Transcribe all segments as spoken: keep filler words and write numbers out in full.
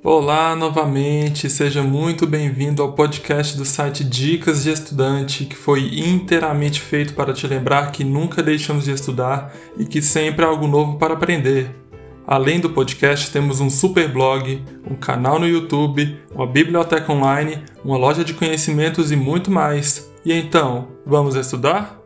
Olá novamente, seja muito bem-vindo ao podcast do site Dicas de Estudante, que foi inteiramente feito para te lembrar que nunca deixamos de estudar e que sempre há algo novo para aprender. Além do podcast, temos um super blog, um canal no YouTube, uma biblioteca online, uma loja de conhecimentos e muito mais. E então, vamos estudar?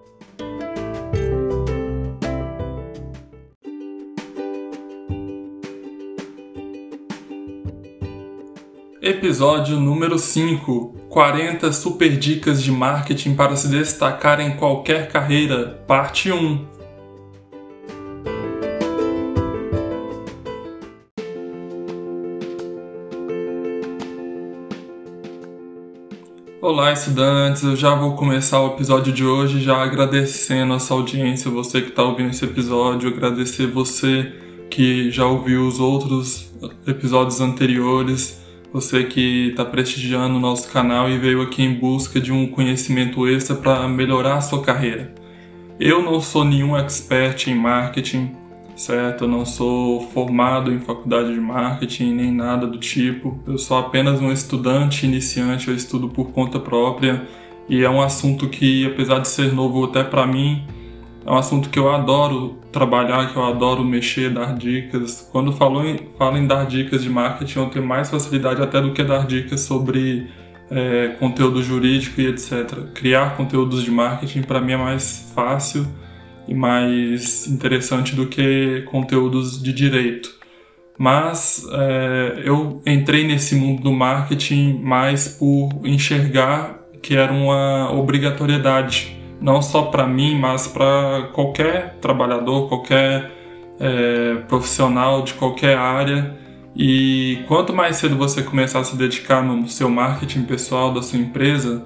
Episódio número cinco: quarenta super dicas de marketing para se destacar em qualquer carreira, parte um. Olá, estudantes! Eu já vou começar o episódio de hoje já agradecendo a sua audiência, você que está ouvindo esse episódio, agradecer você que já ouviu os outros episódios anteriores, você que está prestigiando o nosso canal e veio aqui em busca de um conhecimento extra para melhorar a sua carreira. Eu não sou nenhum expert em marketing, certo? Eu não sou formado em faculdade de marketing nem nada do tipo. Eu sou apenas um estudante iniciante, eu estudo por conta própria e é um assunto que, apesar de ser novo até para mim, é um assunto que eu adoro trabalhar, que eu adoro mexer, dar dicas. Quando falo em, falo em dar dicas de marketing, eu tenho mais facilidade até do que dar dicas sobre é, conteúdo jurídico e etcétera. Criar conteúdos de marketing para mim é mais fácil e mais interessante do que conteúdos de direito. Mas é, eu entrei nesse mundo do marketing mais por enxergar que era uma obrigatoriedade, não só para mim, mas para qualquer trabalhador, qualquer é, profissional de qualquer área. E quanto mais cedo você começar a se dedicar no seu marketing pessoal da sua empresa,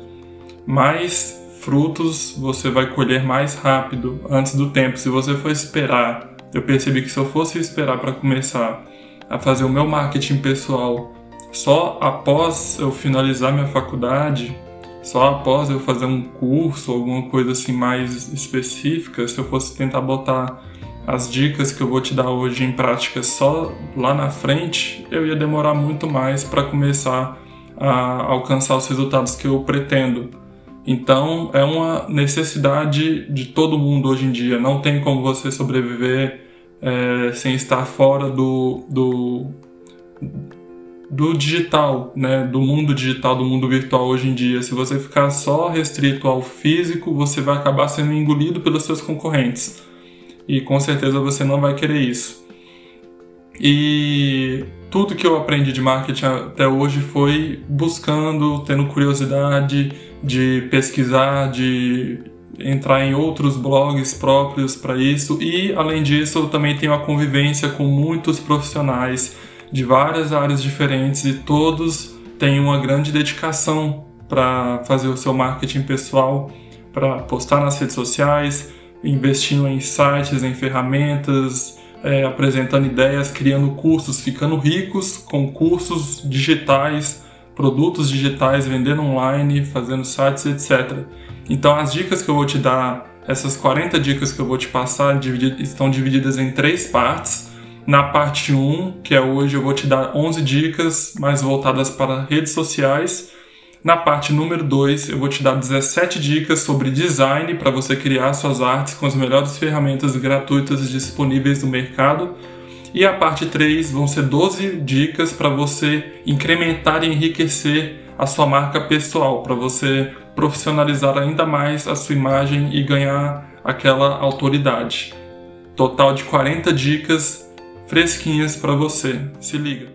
mais frutos você vai colher mais rápido, antes do tempo. Se você for esperar, eu percebi que se eu fosse esperar para começar a fazer o meu marketing pessoal só após eu finalizar minha faculdade, só após eu fazer um curso, alguma coisa assim mais específica, se eu fosse tentar botar as dicas que eu vou te dar hoje em prática só lá na frente, eu ia demorar muito mais para começar a alcançar os resultados que eu pretendo. Então, é uma necessidade de todo mundo hoje em dia. Não tem como você sobreviver é, sem estar fora do... do do digital, né, do mundo digital, do mundo virtual hoje em dia. Se você ficar só restrito ao físico, você vai acabar sendo engolido pelos seus concorrentes. E com certeza você não vai querer isso. E tudo que eu aprendi de marketing até hoje foi buscando, tendo curiosidade de pesquisar, de entrar em outros blogs próprios para isso. E, além disso, eu também tenho a convivência com muitos profissionais de várias áreas diferentes e todos têm uma grande dedicação para fazer o seu marketing pessoal, para postar nas redes sociais, investindo em sites, em ferramentas, é, apresentando ideias, criando cursos, ficando ricos com cursos digitais, produtos digitais, vendendo online, fazendo sites, etcétera. Então as dicas que eu vou te dar, essas quarenta dicas que eu vou te passar, estão divididas em três partes. Na parte um, que é hoje, eu vou te dar onze dicas mais voltadas para redes sociais. Na parte número dois, eu vou te dar dezessete dicas sobre design para você criar suas artes com as melhores ferramentas gratuitas disponíveis no mercado. E a parte três vão ser doze dicas para você incrementar e enriquecer a sua marca pessoal, para você profissionalizar ainda mais a sua imagem e ganhar aquela autoridade. Total de quarenta dicas fresquinhas para você. Se liga!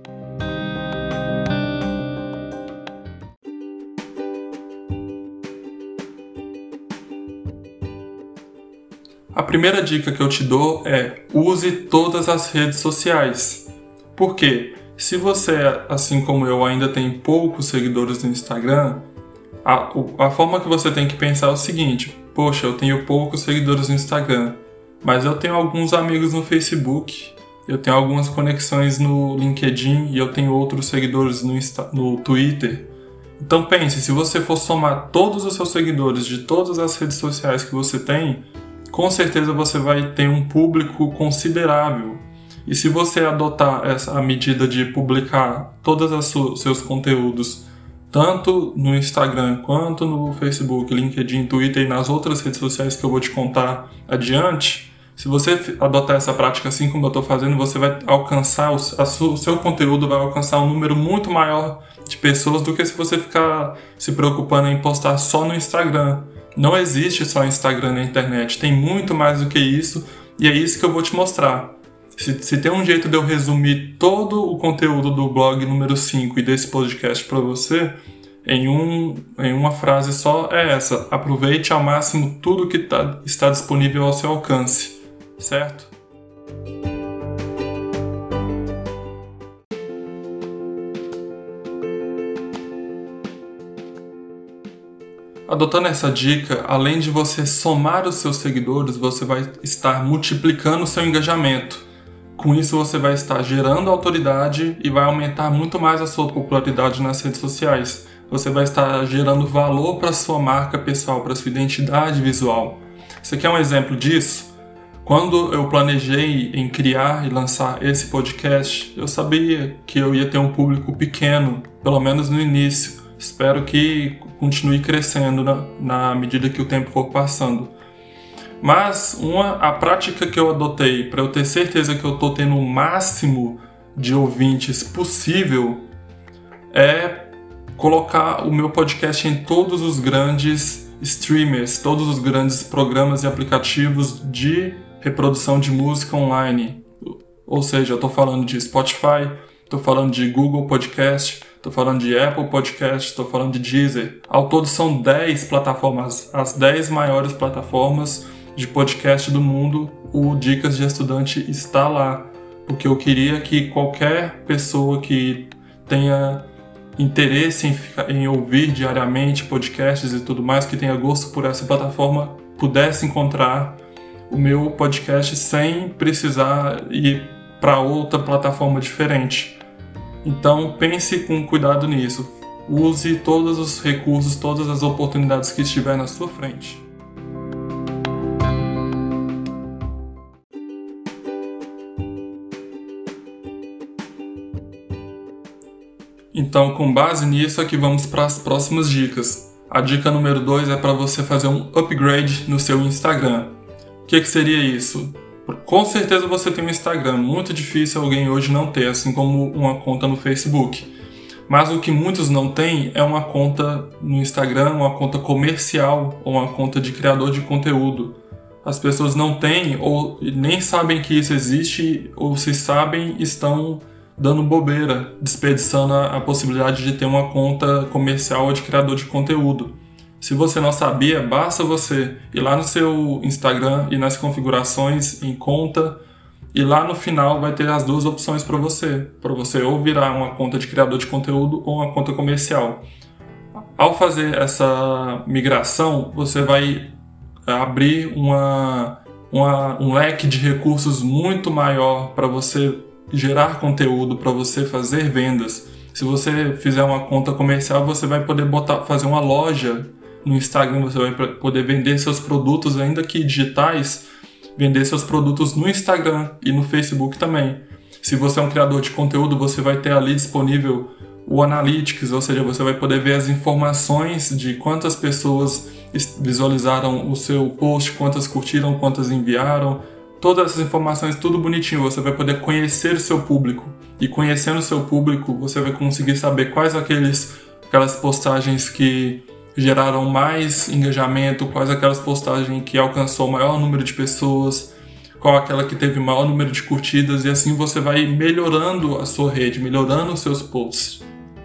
A primeira dica que eu te dou é: use todas as redes sociais. Por quê? Se você, assim como eu, ainda tem poucos seguidores no Instagram, a, a forma que você tem que pensar é o seguinte: poxa, eu tenho poucos seguidores no Instagram, mas eu tenho alguns amigos no Facebook, eu tenho algumas conexões no LinkedIn e eu tenho outros seguidores no, Insta, no Twitter. Então pense, se você for somar todos os seus seguidores de todas as redes sociais que você tem, com certeza você vai ter um público considerável. E se você adotar essa a medida de publicar todos os seus conteúdos, tanto no Instagram quanto no Facebook, LinkedIn, Twitter e nas outras redes sociais que eu vou te contar adiante, se você adotar essa prática assim como eu estou fazendo, você vai alcançar, o seu conteúdo vai alcançar um número muito maior de pessoas do que se você ficar se preocupando em postar só no Instagram. Não existe só Instagram na internet, tem muito mais do que isso, e é isso que eu vou te mostrar. Se, se tem um jeito de eu resumir todo o conteúdo do blog número cinco e desse podcast para você, em, um, em uma frase só, é essa: aproveite ao máximo tudo que tá, está disponível ao seu alcance, certo? Adotando essa dica, além de você somar os seus seguidores, você vai estar multiplicando o seu engajamento. Com isso, você vai estar gerando autoridade e vai aumentar muito mais a sua popularidade nas redes sociais. Você vai estar gerando valor para a sua marca pessoal, para a sua identidade visual. Você quer um exemplo disso? Quando eu planejei em criar e lançar esse podcast, eu sabia que eu ia ter um público pequeno, pelo menos no início. Espero que continue crescendo na, na medida que o tempo for passando. Mas uma, a prática que eu adotei para eu ter certeza que eu estou tendo o máximo de ouvintes possível é colocar o meu podcast em todos os grandes streamers, todos os grandes programas e aplicativos de reprodução de música online. Ou seja, eu estou falando de Spotify, estou falando de Google Podcast, estou falando de Apple Podcast, estou falando de Deezer. Ao todo são dez plataformas, as dez maiores plataformas de podcast do mundo. O Dicas de Estudante está lá, porque eu queria que qualquer pessoa que tenha interesse em, ficar, em ouvir diariamente podcasts e tudo mais, que tenha gosto por essa plataforma, pudesse encontrar o meu podcast sem precisar ir para outra plataforma diferente. Então pense com cuidado nisso. Use todos os recursos, todas as oportunidades que estiver na sua frente. Então, com base nisso, aqui vamos para as próximas dicas. A dica número dois é para você fazer um upgrade no seu Instagram. O que, que seria isso? Com certeza você tem um Instagram, muito difícil alguém hoje não ter, assim como uma conta no Facebook. Mas o que muitos não têm é uma conta no Instagram, uma conta comercial ou uma conta de criador de conteúdo. As pessoas não têm ou nem sabem que isso existe, ou se sabem, estão dando bobeira, desperdiçando a, a possibilidade de ter uma conta comercial ou de criador de conteúdo. Se você não sabia, basta você ir lá no seu Instagram e nas configurações em conta, e lá no final vai ter as duas opções para você, para você ou virar uma conta de criador de conteúdo ou uma conta comercial. Ao fazer essa migração, você vai abrir uma, uma, um leque de recursos muito maior para você gerar conteúdo, para você fazer vendas. Se você fizer uma conta comercial, você vai poder botar, fazer uma loja no Instagram, você vai poder vender seus produtos, ainda que digitais, vender seus produtos no Instagram e no Facebook também. Se você é um criador de conteúdo, você vai ter ali disponível o Analytics, ou seja, você vai poder ver as informações de quantas pessoas visualizaram o seu post, quantas curtiram, quantas enviaram, todas essas informações, tudo bonitinho. Você vai poder conhecer o seu público, e conhecendo o seu público, você vai conseguir saber quais aqueles, aquelas postagens que geraram mais engajamento, quais aquelas postagens que alcançou o maior número de pessoas, qual aquela que teve o maior número de curtidas, e assim você vai melhorando a sua rede, melhorando os seus posts.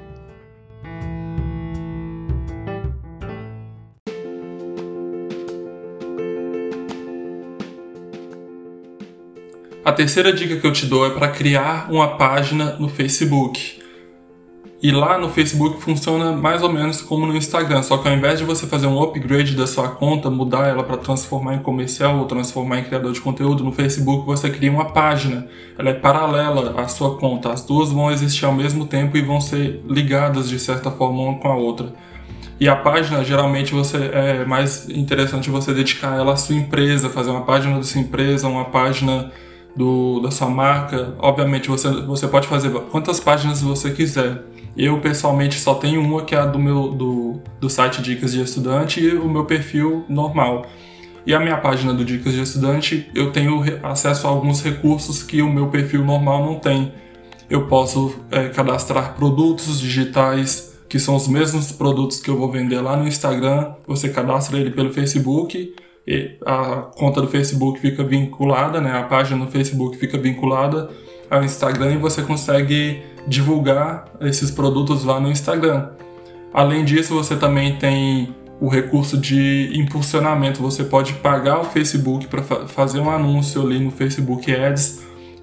A terceira dica que eu te dou é para criar uma página no Facebook. E lá no Facebook funciona mais ou menos como no Instagram, só que ao invés de você fazer um upgrade da sua conta, mudar ela para transformar em comercial ou transformar em criador de conteúdo, no Facebook você cria uma página. Ela é paralela à sua conta, as duas vão existir ao mesmo tempo e vão ser ligadas de certa forma uma com a outra. E a página, geralmente, você, é mais interessante você dedicar ela à sua empresa, fazer uma página da sua empresa, uma página do, da sua marca. Obviamente você, você pode fazer quantas páginas você quiser. Eu pessoalmente só tenho uma, que é a do, meu, do, do site Dicas de Estudante, e o meu perfil normal. E a minha página do Dicas de Estudante, eu tenho acesso a alguns recursos que o meu perfil normal não tem. Eu posso é, cadastrar produtos digitais, que são os mesmos produtos que eu vou vender lá no Instagram. Você cadastra ele pelo Facebook, e a conta do Facebook fica vinculada, né? A página do Facebook fica vinculada ao Instagram e você consegue divulgar esses produtos lá no Instagram. Além disso, você também tem o recurso de impulsionamento. Você pode pagar o Facebook para fa- fazer um anúncio ali no Facebook Ads,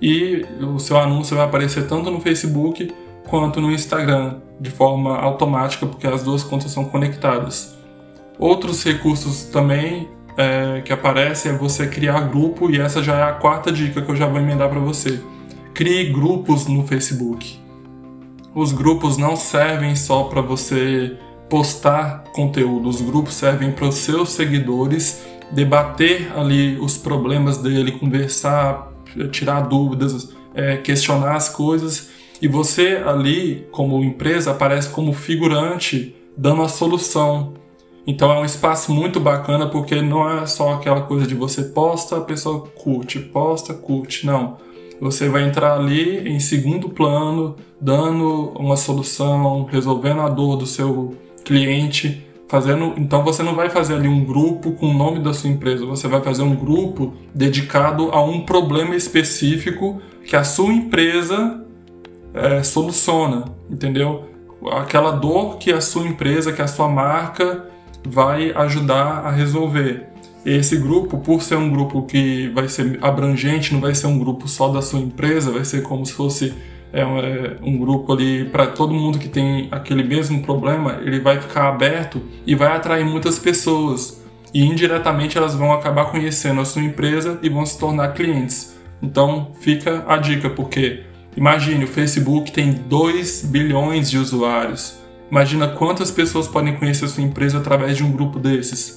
e o seu anúncio vai aparecer tanto no Facebook quanto no Instagram, de forma automática, porque as duas contas são conectadas. Outros recursos também é, que aparecem é você criar grupo, e essa já é a quarta dica que eu já vou emendar para você. Crie grupos no Facebook. Os grupos não servem só para você postar conteúdo, os grupos servem para os seus seguidores debater ali os problemas dele, conversar, tirar dúvidas, é, questionar as coisas, e você ali, como empresa, aparece como figurante dando a solução. Então é um espaço muito bacana, porque não é só aquela coisa de você posta, a pessoa curte, posta, curte, não. Você vai entrar ali em segundo plano, dando uma solução, resolvendo a dor do seu cliente, fazendo. Então você não vai fazer ali um grupo com o nome da sua empresa, você vai fazer um grupo dedicado a um problema específico que a sua empresa é, soluciona, entendeu? Aquela dor que a sua empresa, que a sua marca vai ajudar a resolver. Esse grupo, por ser um grupo que vai ser abrangente, não vai ser um grupo só da sua empresa, vai ser como se fosse é, um, é, um grupo ali para todo mundo que tem aquele mesmo problema. Ele vai ficar aberto e vai atrair muitas pessoas, e indiretamente elas vão acabar conhecendo a sua empresa e vão se tornar clientes. Então fica a dica, porque imagine, o Facebook tem dois bilhões de usuários. Imagina quantas pessoas podem conhecer a sua empresa através de um grupo desses.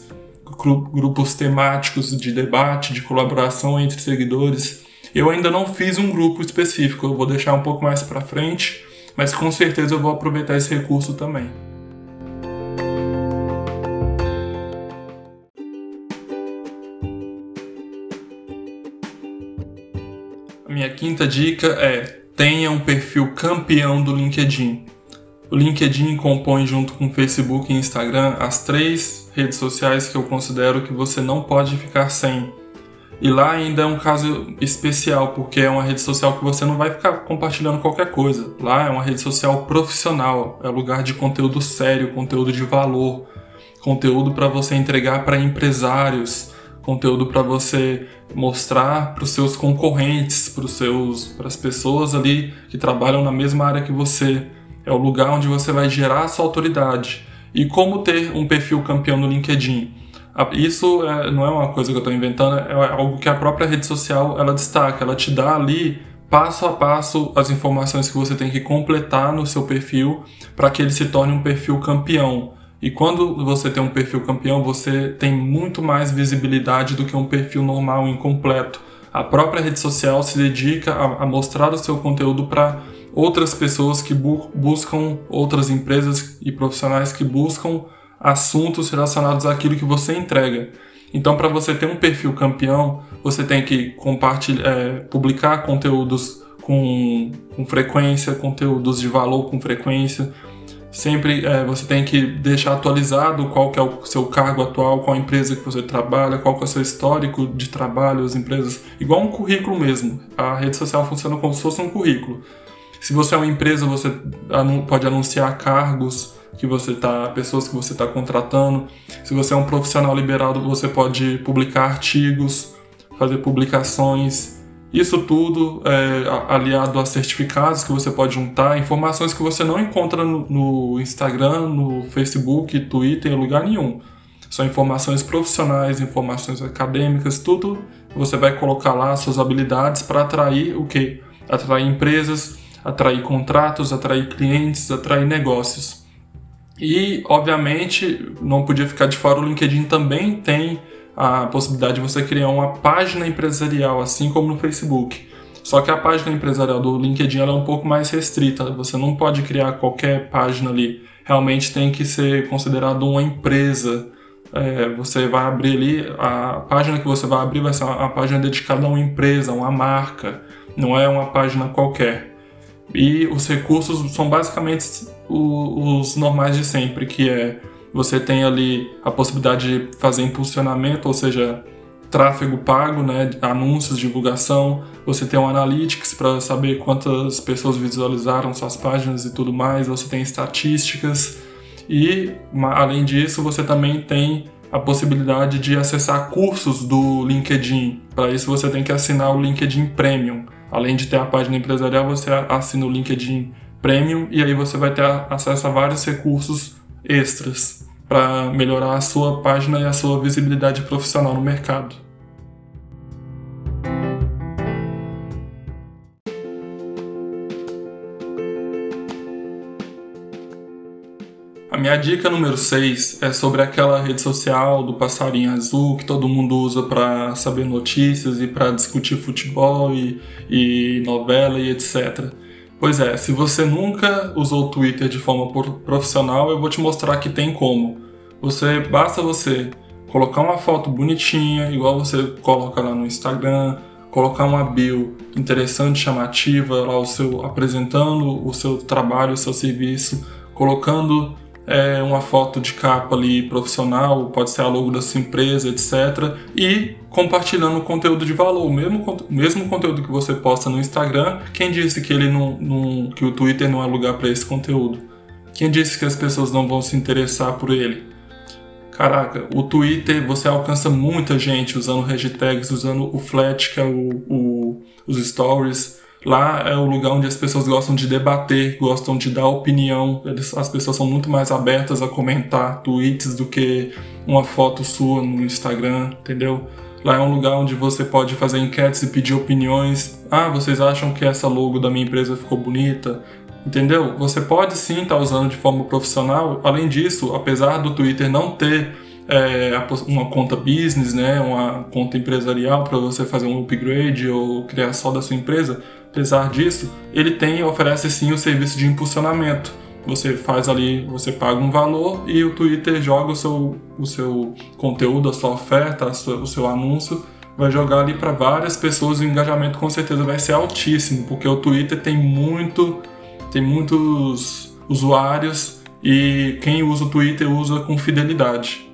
Grupos temáticos de debate, de colaboração entre seguidores. Eu ainda não fiz um grupo específico, eu vou deixar um pouco mais para frente, mas com certeza eu vou aproveitar esse recurso também. A minha quinta dica é: tenha um perfil campeão do LinkedIn. O LinkedIn compõe, junto com o Facebook e Instagram, as três redes sociais que eu considero que você não pode ficar sem. E lá ainda é um caso especial, porque é uma rede social que você não vai ficar compartilhando qualquer coisa. Lá é uma rede social profissional, é lugar de conteúdo sério, conteúdo de valor, conteúdo para você entregar para empresários, conteúdo para você mostrar para os seus concorrentes, para os seus, para as pessoas ali que trabalham na mesma área que você. É o lugar onde você vai gerar a sua autoridade. E como ter um perfil campeão no LinkedIn? Isso é, não é uma coisa que eu estou inventando, é algo que a própria rede social ela destaca, ela te dá ali passo a passo as informações que você tem que completar no seu perfil para que ele se torne um perfil campeão. E quando você tem um perfil campeão, você tem muito mais visibilidade do que um perfil normal, incompleto. A própria rede social se dedica a, a mostrar o seu conteúdo para outras pessoas que bu- buscam, outras empresas e profissionais que buscam assuntos relacionados àquilo que você entrega. Então, para você ter um perfil campeão, você tem que compartilhar, é, publicar conteúdos com, com frequência, conteúdos de valor com frequência. Sempre é, você tem que deixar atualizado qual que é o seu cargo atual, qual a empresa que você trabalha, qual que é o seu histórico de trabalho, as empresas. Igual um currículo mesmo. A rede social funciona como se fosse um currículo. Se você é uma empresa, você pode anunciar cargos que você tá, pessoas que você está contratando. Se você é um profissional liberado, você pode publicar artigos, fazer publicações. Isso tudo é aliado a certificados que você pode juntar, informações que você não encontra no, no Instagram, no Facebook, Twitter, em lugar nenhum. São informações profissionais, informações acadêmicas, tudo você vai colocar lá suas habilidades para atrair o quê? Atrair empresas, atrair contratos, atrair clientes, atrair negócios. E, obviamente, não podia ficar de fora, o LinkedIn também tem a possibilidade de você criar uma página empresarial, assim como no Facebook. Só que a página empresarial do LinkedIn ela é um pouco mais restrita, você não pode criar qualquer página ali, realmente tem que ser considerado uma empresa. É, você vai abrir ali, a página que você vai abrir vai ser uma, uma página dedicada a uma empresa, a uma marca, não é uma página qualquer. E os recursos são basicamente os, os normais de sempre, que é você tem ali a possibilidade de fazer impulsionamento, ou seja, tráfego pago, né, anúncios, divulgação, você tem um Analytics para saber quantas pessoas visualizaram suas páginas e tudo mais, você tem estatísticas e, além disso, você também tem a possibilidade de acessar cursos do LinkedIn. Para isso você tem que assinar o LinkedIn Premium. Além de ter a página empresarial, você assina o LinkedIn Premium e aí você vai ter acesso a vários recursos extras para melhorar a sua página e a sua visibilidade profissional no mercado. A minha dica número seis é sobre aquela rede social do passarinho azul que todo mundo usa para saber notícias e para discutir futebol e, e novela e etcétera. Pois é, se você nunca usou o Twitter de forma profissional, eu vou te mostrar que tem como. Você, basta você colocar uma foto bonitinha, igual você coloca lá no Instagram, colocar uma bio interessante, chamativa, lá o seu, apresentando o seu trabalho, o seu serviço, colocando é, uma foto de capa ali profissional, pode ser a logo da sua empresa, etcétera. E compartilhando conteúdo de valor, o mesmo, mesmo conteúdo que você posta no Instagram. Quem disse que, ele não, não, que o Twitter não é lugar para esse conteúdo? Quem disse que as pessoas não vão se interessar por ele? Caraca, o Twitter você alcança muita gente usando hashtags, usando o Flat, que é o, o, os stories. Lá é o lugar onde as pessoas gostam de debater, gostam de dar opinião. Eles, as pessoas são muito mais abertas a comentar tweets do que uma foto sua no Instagram, entendeu? Lá é um lugar onde você pode fazer enquetes e pedir opiniões. Ah, vocês acham que essa logo da minha empresa ficou bonita? Entendeu? Você pode sim estar usando de forma profissional. Além disso, apesar do Twitter não ter é, uma conta business, né, uma conta empresarial para você fazer um upgrade ou criar só da sua empresa, apesar disso, ele tem oferece sim o serviço de impulsionamento. Você faz ali, você paga um valor e o Twitter joga o seu, o seu conteúdo, a sua oferta, a sua, o seu anúncio, vai jogar ali para várias pessoas e o engajamento com certeza vai ser altíssimo, porque o Twitter tem muito, tem muitos usuários e quem usa o Twitter usa com fidelidade.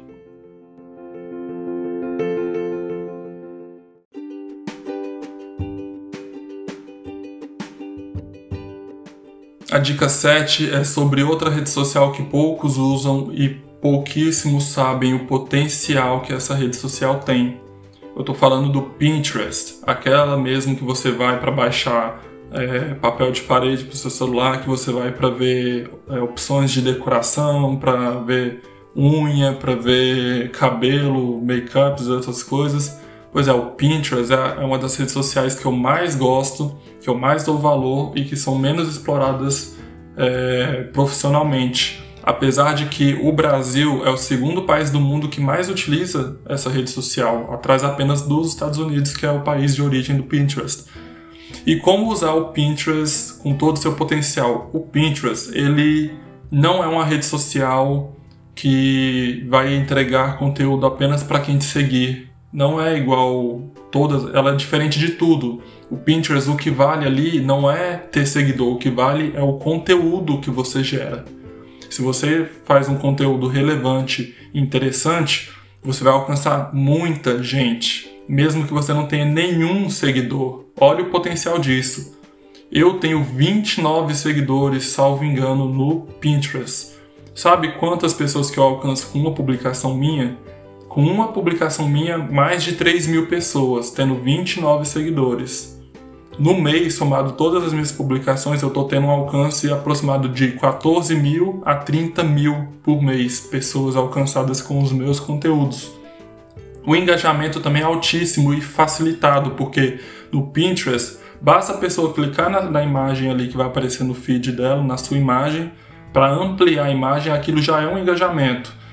A dica sete é sobre outra rede social que poucos usam e pouquíssimos sabem o potencial que essa rede social tem. Eu estou falando do Pinterest, aquela mesmo que você vai para baixar é, papel de parede para o seu celular, que você vai para ver é, opções de decoração, para ver unha, para ver cabelo, make-ups, essas coisas. Pois é, o Pinterest é uma das redes sociais que eu mais gosto, que eu mais dou valor e que são menos exploradas é, profissionalmente. Apesar de que o Brasil é o segundo país do mundo que mais utiliza essa rede social, atrás apenas dos Estados Unidos, que é o país de origem do Pinterest. E como usar o Pinterest com todo o seu potencial? O Pinterest, ele não é uma rede social que vai entregar conteúdo apenas para quem te seguir. Não é igual todas, ela é diferente de tudo. O Pinterest, o que vale ali não é ter seguidor, o que vale é o conteúdo que você gera. Se você faz um conteúdo relevante e interessante, você vai alcançar muita gente, mesmo que você não tenha nenhum seguidor. Olha o potencial disso. Eu tenho vinte e nove seguidores, salvo engano, no Pinterest. Sabe quantas pessoas que eu alcanço com uma publicação minha? Com uma publicação minha, mais de três mil pessoas, tendo vinte e nove seguidores. No mês, somado todas as minhas publicações, eu estou tendo um alcance aproximado de quatorze mil a trinta mil por mês, pessoas alcançadas com os meus conteúdos. O engajamento também é altíssimo e facilitado, porque no Pinterest, basta a pessoa clicar na, na imagem ali que vai aparecer no feed dela, na sua imagem, para ampliar a imagem, aquilo já é um engajamento.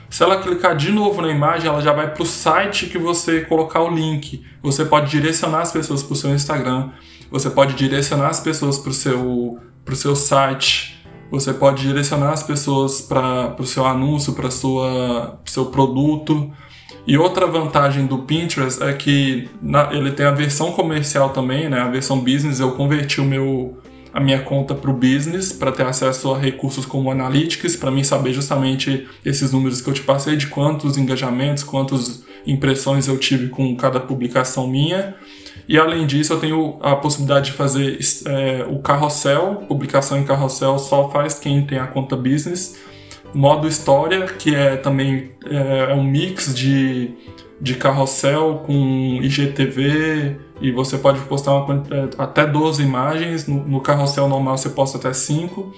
Se ela clicar de novo na imagem, ela já vai para o site que você colocar o link. Você pode direcionar as pessoas para o seu Instagram, você pode direcionar as pessoas para o seu, pro seu site, você pode direcionar as pessoas para o seu anúncio, para o seu produto. E outra vantagem do Pinterest é que na, ele tem a versão comercial também, né? A versão business. Eu converti o meu, a minha conta para o business, para ter acesso a recursos como Analytics, para mim saber justamente esses números que eu te passei, de quantos engajamentos, quantas impressões eu tive com cada publicação minha. E além disso, eu tenho a possibilidade de fazer é, o carrossel, publicação em carrossel só faz quem tem a conta business. Modo história, que é também é, é um mix de, de carrossel com I G T V, e você pode postar uma, até doze imagens. No, no carrossel normal você posta até cinco.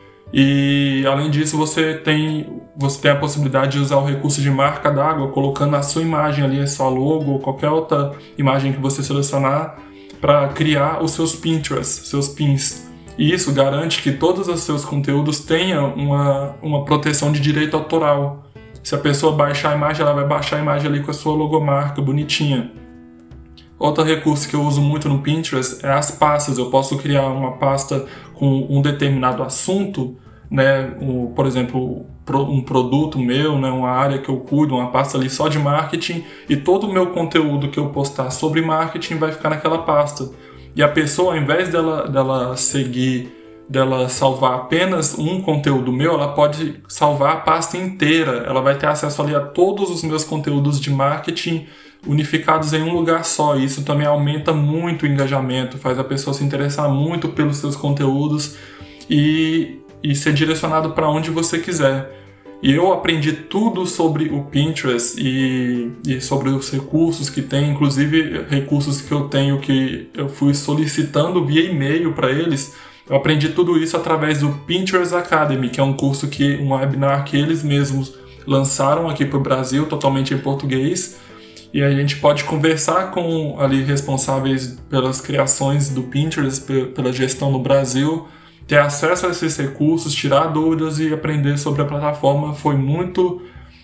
E além disso, você tem, você tem a possibilidade de usar o recurso de marca d'água, colocando a sua imagem ali, a sua logo ou qualquer outra imagem que você selecionar, para criar os seus Pinterest, seus pins. E isso garante que todos os seus conteúdos tenham uma, uma proteção de direito autoral. Se a pessoa baixar a imagem, ela vai baixar a imagem ali com a sua logomarca bonitinha. Outro recurso que eu uso muito no Pinterest é as pastas. Eu posso criar uma pasta com um determinado assunto, né? Um, por exemplo, um produto meu, né? Uma área que eu cuido, uma pasta ali só de marketing, e todo o meu conteúdo que eu postar sobre marketing vai ficar naquela pasta. E a pessoa, ao invés dela, dela seguir, dela salvar apenas um conteúdo meu, ela pode salvar a pasta inteira. Ela vai ter acesso ali a todos os meus conteúdos de marketing unificados em um lugar só. E isso também aumenta muito o engajamento, faz a pessoa se interessar muito pelos seus conteúdos e, e ser direcionado para onde você quiser. E eu aprendi tudo sobre o Pinterest e, e sobre os recursos que tem, inclusive recursos que eu tenho que eu fui solicitando via e-mail para eles. Eu aprendi tudo isso através do Pinterest Academy, que é um curso, que um webinar que eles mesmos lançaram aqui para o Brasil, totalmente em português. E a gente pode conversar com ali responsáveis pelas criações do Pinterest, pela gestão no Brasil, ter acesso a esses recursos, tirar dúvidas e aprender sobre a plataforma. Foi muito,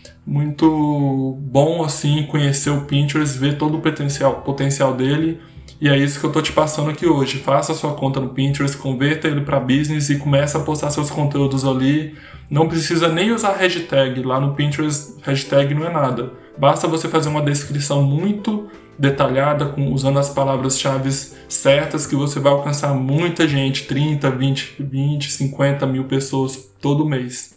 muito bom assim conhecer o Pinterest, ver todo o potencial, potencial dele. E é isso que eu tô te passando aqui hoje. Faça a sua conta no Pinterest, converta ele para business e comece a postar seus conteúdos ali. Não precisa nem usar hashtag. Lá no Pinterest, hashtag não é nada. Basta você fazer uma descrição muito detalhada, com, usando as palavras-chave certas, que você vai alcançar muita gente, trinta, vinte, vinte, cinquenta mil pessoas todo mês.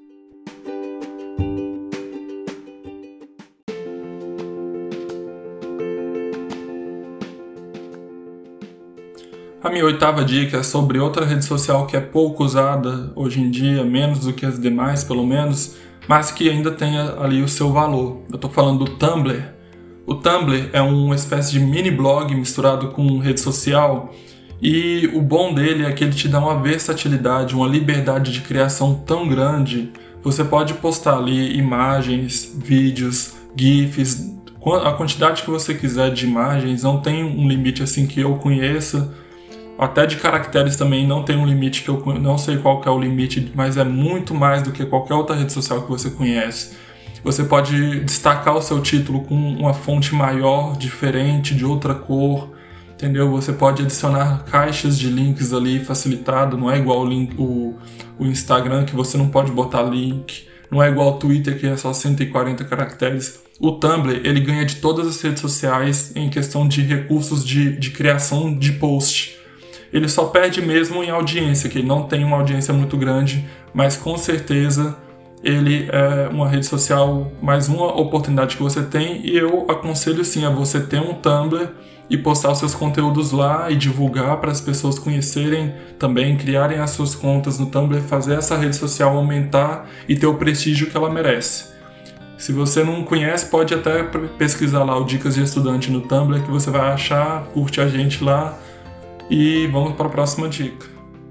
A minha oitava dica é sobre outra rede social que é pouco usada hoje em dia, menos do que as demais pelo menos, mas que ainda tem ali o seu valor. Eu estou falando do Tumblr. O Tumblr é uma espécie de mini blog misturado com rede social, e o bom dele é que ele te dá uma versatilidade, uma liberdade de criação tão grande. Você pode postar ali imagens, vídeos, GIFs, a quantidade que você quiser de imagens, não tem um limite assim que eu conheça. Até de caracteres também não tem um limite, que eu não sei qual que é o limite, mas é muito mais do que qualquer outra rede social que você conhece. Você pode destacar o seu título com uma fonte maior, diferente, de outra cor, entendeu? Você pode adicionar caixas de links ali facilitado, não é igual o, link, o, o Instagram, que você não pode botar link, não é igual o Twitter, que é só cento e quarenta caracteres. O Tumblr, ele ganha de todas as redes sociais em questão de recursos de, de criação de post. Ele só perde mesmo em audiência, que ele não tem uma audiência muito grande, mas com certeza ele é uma rede social, mais uma oportunidade que você tem, e eu aconselho sim a você ter um Tumblr e postar os seus conteúdos lá e divulgar para as pessoas conhecerem também, criarem as suas contas no Tumblr, fazer essa rede social aumentar e ter o prestígio que ela merece. Se você não conhece, pode até pesquisar lá o Dicas de Estudante no Tumblr, que você vai achar, curte a gente lá. E vamos para a próxima dica.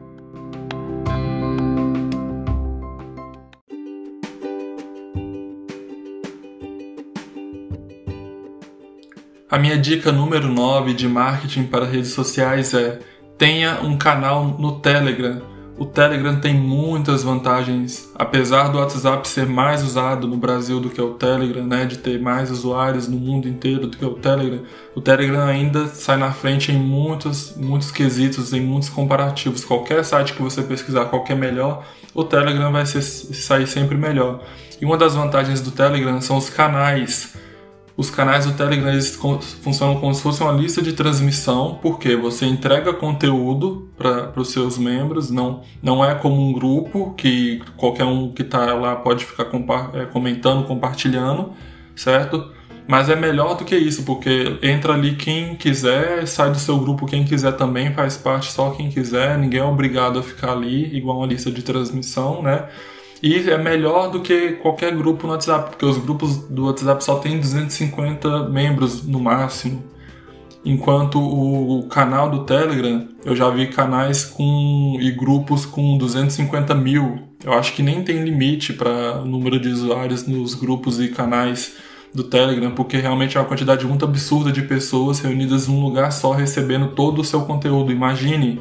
A minha dica número nove de marketing para redes sociais é: tenha um canal no Telegram. O Telegram tem muitas vantagens, apesar do WhatsApp ser mais usado no Brasil do que o Telegram, né, de ter mais usuários no mundo inteiro do que o Telegram, o Telegram ainda sai na frente em muitos, muitos quesitos, em muitos comparativos. Qualquer site que você pesquisar qual que é melhor, o Telegram vai ser, sair sempre melhor. E uma das vantagens do Telegram são os canais. Os canais do Telegram eles funcionam como se fosse uma lista de transmissão, porque você entrega conteúdo para os seus membros, não, não é como um grupo que qualquer um que está lá pode ficar compa- é, comentando, compartilhando, certo? Mas é melhor do que isso, porque entra ali quem quiser, sai do seu grupo quem quiser também, faz parte só quem quiser, ninguém é obrigado a ficar ali, igual uma lista de transmissão, né? E é melhor do que qualquer grupo no WhatsApp, porque os grupos do WhatsApp só tem duzentos e cinquenta membros no máximo. Enquanto o canal do Telegram, eu já vi canais com, e grupos com duzentos e cinquenta mil. Eu acho que nem tem limite para o número de usuários nos grupos e canais do Telegram, porque realmente é uma quantidade muito absurda de pessoas reunidas num lugar só recebendo todo o seu conteúdo. Imagine.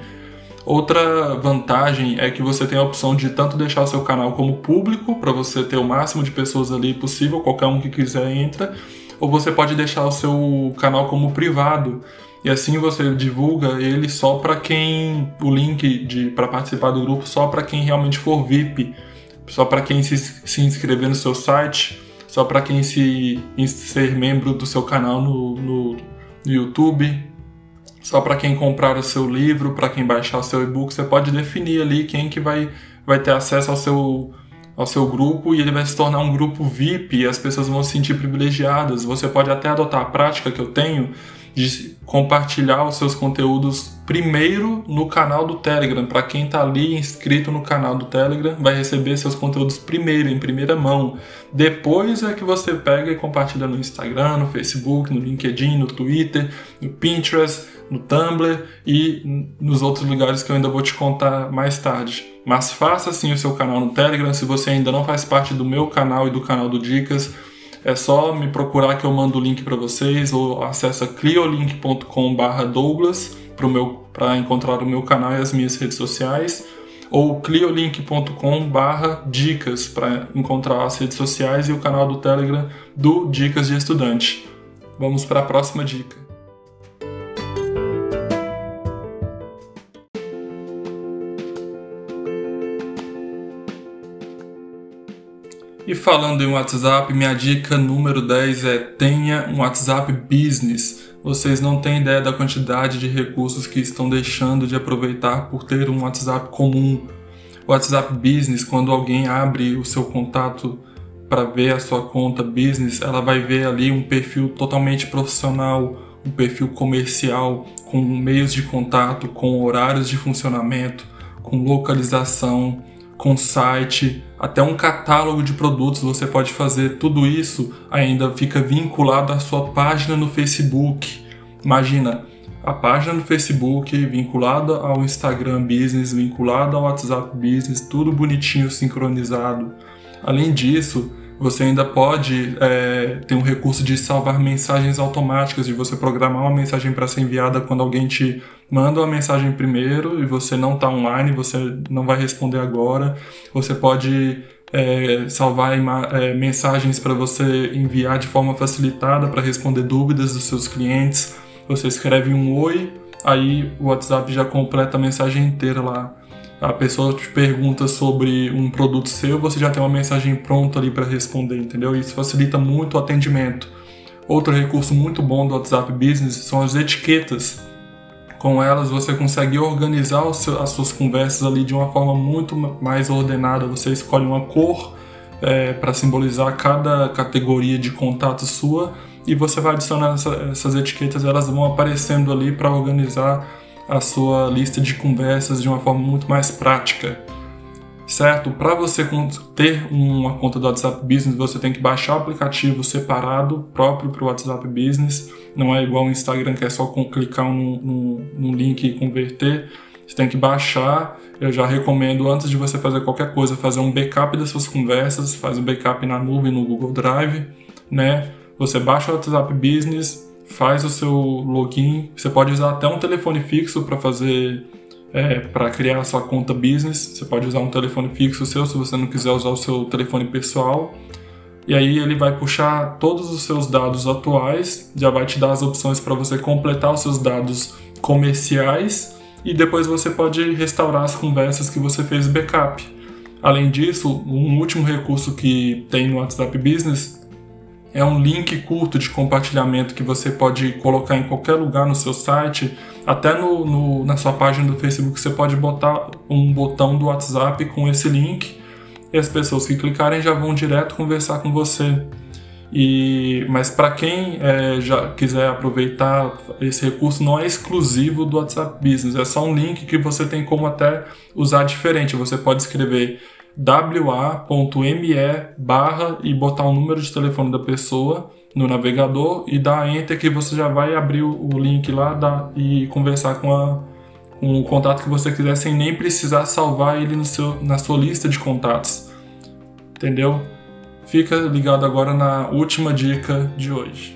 Outra vantagem é que você tem a opção de tanto deixar o seu canal como público, para você ter o máximo de pessoas ali possível, qualquer um que quiser entra, ou você pode deixar o seu canal como privado, e assim você divulga ele só para quem, o link para participar do grupo só para quem realmente for V I P, só para quem se, se inscrever no seu site, só para quem se ser membro do seu canal no, no, no YouTube, só para quem comprar o seu livro, para quem baixar o seu e-book. Você pode definir ali quem que vai, vai ter acesso ao seu, ao seu grupo, e ele vai se tornar um grupo V I P e as pessoas vão se sentir privilegiadas. Você pode até adotar a prática que eu tenho de compartilhar os seus conteúdos primeiro no canal do Telegram. Para quem está ali inscrito no canal do Telegram, vai receber seus conteúdos primeiro, em primeira mão. Depois é que você pega e compartilha no Instagram, no Facebook, no LinkedIn, no Twitter, no Pinterest, no Tumblr e nos outros lugares que eu ainda vou te contar mais tarde. Mas faça sim o seu canal no Telegram. Se você ainda não faz parte do meu canal e do canal do Dicas, é só me procurar que eu mando o link para vocês, ou acessa cliolink ponto com barra douglas para encontrar o meu canal e as minhas redes sociais, ou cliolink ponto com barra dicas para encontrar as redes sociais e o canal do Telegram do Dicas de Estudante. Vamos para a próxima dica. E falando em WhatsApp, minha dica número dez é: tenha um WhatsApp Business. Vocês não têm ideia da quantidade de recursos que estão deixando de aproveitar por ter um WhatsApp comum. O WhatsApp Business, quando alguém abre o seu contato para ver a sua conta Business, ela vai ver ali um perfil totalmente profissional, um perfil comercial, com meios de contato, com horários de funcionamento, com localização, com site, até um catálogo de produtos você pode fazer. Tudo isso ainda fica vinculado à sua página no Facebook. Imagina, a página no Facebook vinculada ao Instagram Business, vinculada ao WhatsApp Business, tudo bonitinho, sincronizado. Além disso, você ainda pode é, ter um recurso de salvar mensagens automáticas, de você programar uma mensagem para ser enviada quando alguém te manda uma mensagem primeiro e você não está online, você não vai responder agora. Você pode é, salvar é, mensagens para você enviar de forma facilitada para responder dúvidas dos seus clientes. Você escreve um oi, aí o WhatsApp já completa a mensagem inteira lá. A pessoa te pergunta sobre um produto seu, você já tem uma mensagem pronta ali para responder, entendeu? Isso facilita muito o atendimento. Outro recurso muito bom do WhatsApp Business são as etiquetas. Com elas você consegue organizar o seu, as suas conversas ali de uma forma muito mais ordenada. Você escolhe uma cor é, para simbolizar cada categoria de contato sua e você vai adicionar essa, essas etiquetas, elas vão aparecendo ali para organizar a sua lista de conversas de uma forma muito mais prática, certo? Para você ter uma conta do WhatsApp Business, você tem que baixar o aplicativo separado, próprio para o WhatsApp Business. Não é igual o Instagram, que é só clicar no, no, no link e converter. Você tem que baixar. Eu já recomendo, antes de você fazer qualquer coisa, fazer um backup das suas conversas, faz um backup na nuvem, no Google Drive, né? Você baixa o WhatsApp Business, faz o seu login. Você pode usar até um telefone fixo para fazer é, para criar a sua conta business. Você pode usar um telefone fixo seu se você não quiser usar o seu telefone pessoal. E aí ele vai puxar todos os seus dados atuais, já vai te dar as opções para você completar os seus dados comerciais e depois você pode restaurar as conversas que você fez backup. Além disso, um último recurso que tem no WhatsApp Business é um link curto de compartilhamento que você pode colocar em qualquer lugar no seu site, até no, no, na sua página do Facebook você pode botar um botão do WhatsApp com esse link e as pessoas que clicarem já vão direto conversar com você. E, mas para quem é, já quiser aproveitar, esse recurso não é exclusivo do WhatsApp Business, é só um link que você tem como até usar diferente. Você pode escrever wa.me barra e botar o número de telefone da pessoa no navegador e dar enter que você já vai abrir o link lá da, e conversar com, a, com o contato que você quiser sem nem precisar salvar ele no seu, na sua lista de contatos. Entendeu? Fica ligado agora na última dica de hoje.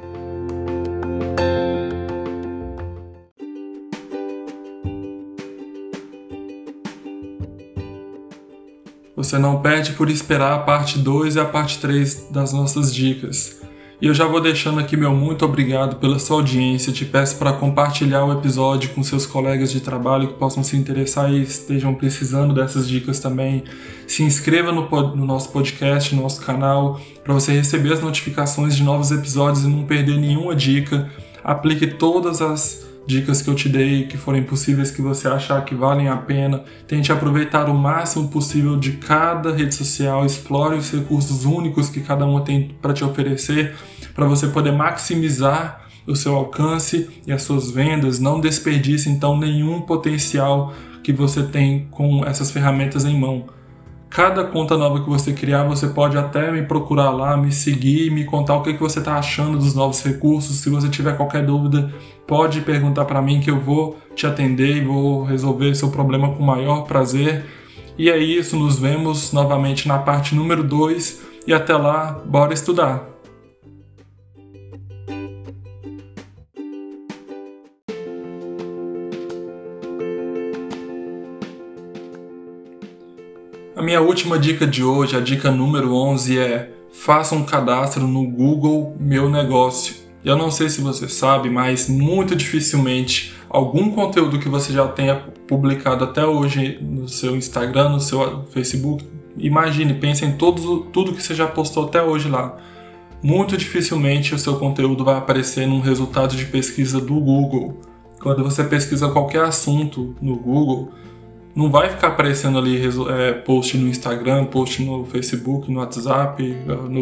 Você não perde por esperar a parte dois e a parte três das nossas dicas. E eu já vou deixando aqui meu muito obrigado pela sua audiência. Te peço para compartilhar o episódio com seus colegas de trabalho que possam se interessar e estejam precisando dessas dicas também. Se inscreva no, pod- no nosso podcast, no nosso canal, para você receber as notificações de novos episódios e não perder nenhuma dica. Aplique todas as dicas que eu te dei, que forem possíveis, que você achar que valem a pena. Tente aproveitar o máximo possível de cada rede social, explore os recursos únicos que cada uma tem para te oferecer, para você poder maximizar o seu alcance e as suas vendas. Não desperdice então nenhum potencial que você tem com essas ferramentas em mão. Cada conta nova que você criar, você pode até me procurar lá, me seguir, me contar o que você está achando dos novos recursos. Se você tiver qualquer dúvida, pode perguntar para mim que eu vou te atender e vou resolver seu problema com o maior prazer. E é isso, nos vemos novamente na parte número dois e até lá, bora estudar! A minha última dica de hoje, a dica número onze, é: faça um cadastro no Google Meu Negócio. Eu não sei se você sabe, mas muito dificilmente algum conteúdo que você já tenha publicado até hoje no seu Instagram, no seu Facebook, imagine, pense em todos, tudo que você já postou até hoje lá. Muito dificilmente o seu conteúdo vai aparecer num resultado de pesquisa do Google. Quando você pesquisa qualquer assunto no Google, não vai ficar aparecendo ali é, post no Instagram, post no Facebook, no WhatsApp, no,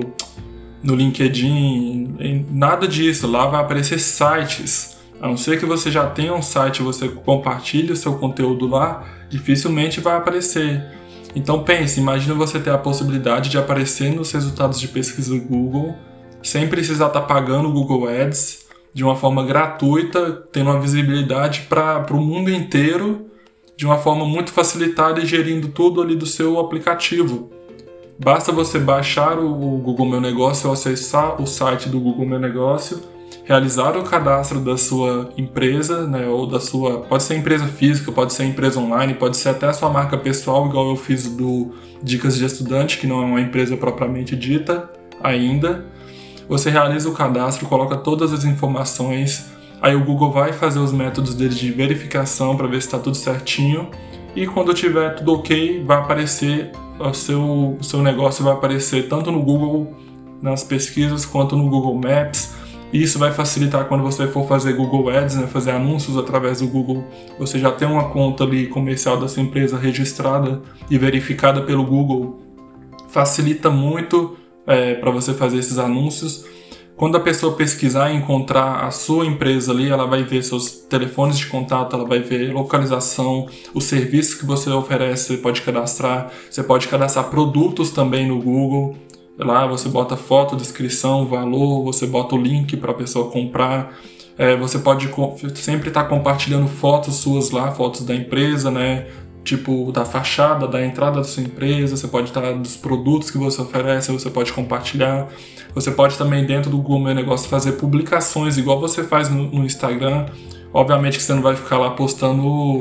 no LinkedIn, nada disso. Lá vai aparecer sites. A não ser que você já tenha um site, você compartilhe o seu conteúdo lá, dificilmente vai aparecer. Então pense, imagina você ter a possibilidade de aparecer nos resultados de pesquisa do Google, sem precisar estar pagando o Google Ads, de uma forma gratuita, tendo uma visibilidade para o mundo inteiro, de uma forma muito facilitada e gerindo tudo ali do seu aplicativo. Basta você baixar o Google Meu Negócio ou acessar o site do Google Meu Negócio, realizar o cadastro da sua empresa, né, ou da sua... Pode ser empresa física, pode ser empresa online, pode ser até a sua marca pessoal, igual eu fiz do Dicas de Estudante, que não é uma empresa propriamente dita ainda. Você realiza o cadastro, coloca todas as informações. Aí o Google vai fazer os métodos dele de verificação para ver se está tudo certinho. E quando tiver tudo ok, vai aparecer o seu, o seu negócio vai aparecer tanto no Google, nas pesquisas, quanto no Google Maps. E isso vai facilitar quando você for fazer Google Ads, né, fazer anúncios através do Google. Você já tem uma conta ali comercial da sua empresa registrada e verificada pelo Google. Facilita muito é, para você fazer esses anúncios. Quando a pessoa pesquisar e encontrar a sua empresa ali, ela vai ver seus telefones de contato, ela vai ver localização, os serviços que você oferece, você pode cadastrar, você pode cadastrar produtos também no Google. Lá você bota foto, descrição, valor, você bota o link para a pessoa comprar. É, você pode sempre estar compartilhando fotos suas lá, fotos da empresa, né? Tipo da fachada, da entrada da sua empresa, você pode estar dos produtos que você oferece, você pode compartilhar. Você pode também dentro do Google Meu Negócio fazer publicações, igual você faz no, no Instagram. Obviamente que você não vai ficar lá postando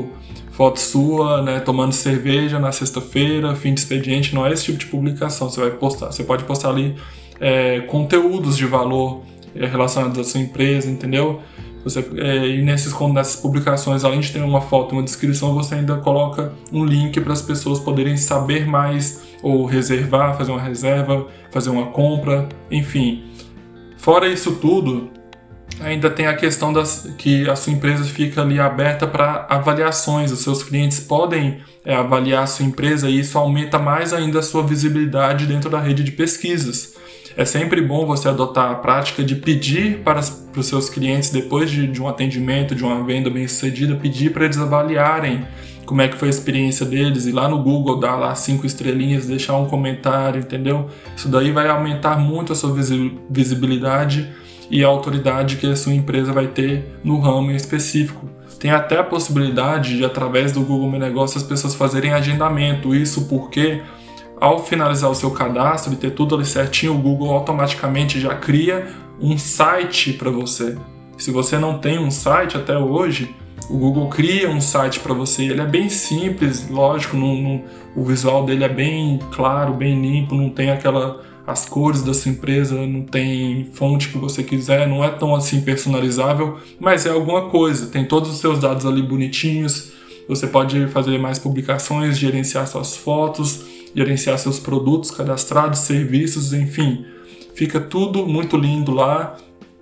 foto sua, né, tomando cerveja na sexta-feira, fim de expediente, não é esse tipo de publicação. Você vai postar, você pode postar ali é, conteúdos de valor é, relacionados à sua empresa, entendeu? Você, é, e nesses, nessas publicações, além de ter uma foto e uma descrição, você ainda coloca um link para as pessoas poderem saber mais, ou reservar, fazer uma reserva, fazer uma compra, enfim. Fora isso tudo, ainda tem a questão das, que a sua empresa fica ali aberta para avaliações. Os seus clientes podem é, avaliar a sua empresa e isso aumenta mais ainda a sua visibilidade dentro da rede de pesquisas. É sempre bom você adotar a prática de pedir para, para os seus clientes, depois de, de um atendimento, de uma venda bem sucedida, pedir para eles avaliarem como é que foi a experiência deles, ir lá no Google, dar lá cinco estrelinhas, deixar um comentário, entendeu? Isso daí vai aumentar muito a sua visibilidade e a autoridade que a sua empresa vai ter no ramo em específico. Tem até a possibilidade de, através do Google Meu Negócio, as pessoas fazerem agendamento. Isso porque, ao finalizar o seu cadastro e ter tudo ali certinho, o Google automaticamente já cria um site para você. Se você não tem um site até hoje, o Google cria um site para você. Ele é bem simples, lógico, não, não, o visual dele é bem claro, bem limpo, não tem aquela... as cores da sua empresa, não tem fonte que você quiser, não é tão assim personalizável, mas é alguma coisa, tem todos os seus dados ali bonitinhos, você pode fazer mais publicações, gerenciar suas fotos, gerenciar seus produtos cadastrados, serviços, enfim, fica tudo muito lindo lá.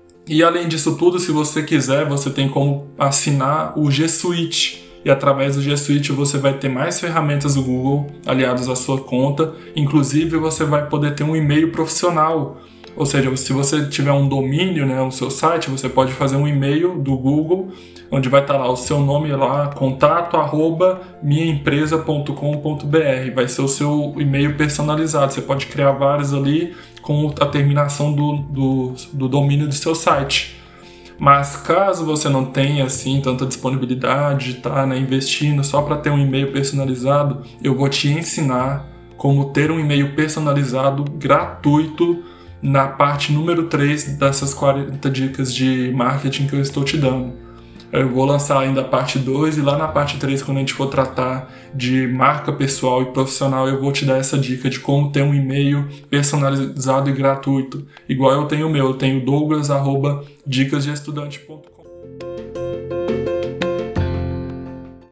E além disso tudo, se você quiser, você tem como assinar o G Suite. E através do G Suite você vai ter mais ferramentas do Google aliadas à sua conta. Inclusive você vai poder ter um e-mail profissional. Ou seja, se você tiver um domínio, né, o seu site, você pode fazer um e-mail do Google, onde vai estar lá o seu nome lá, contato arroba minha empresa ponto com ponto b r. Vai ser o seu e-mail personalizado. Você pode criar vários ali com a terminação do, do, do domínio do seu site. Mas caso você não tenha assim tanta disponibilidade de estar, né, investindo só para ter um e-mail personalizado, eu vou te ensinar como ter um e-mail personalizado gratuito na parte número três dessas quarenta dicas de marketing que eu estou te dando. Eu vou lançar ainda a parte dois e lá na parte três, quando a gente for tratar de marca pessoal e profissional, eu vou te dar essa dica de como ter um e-mail personalizado e gratuito. Igual eu tenho o meu, eu tenho douglas arroba dicas de estudante ponto com.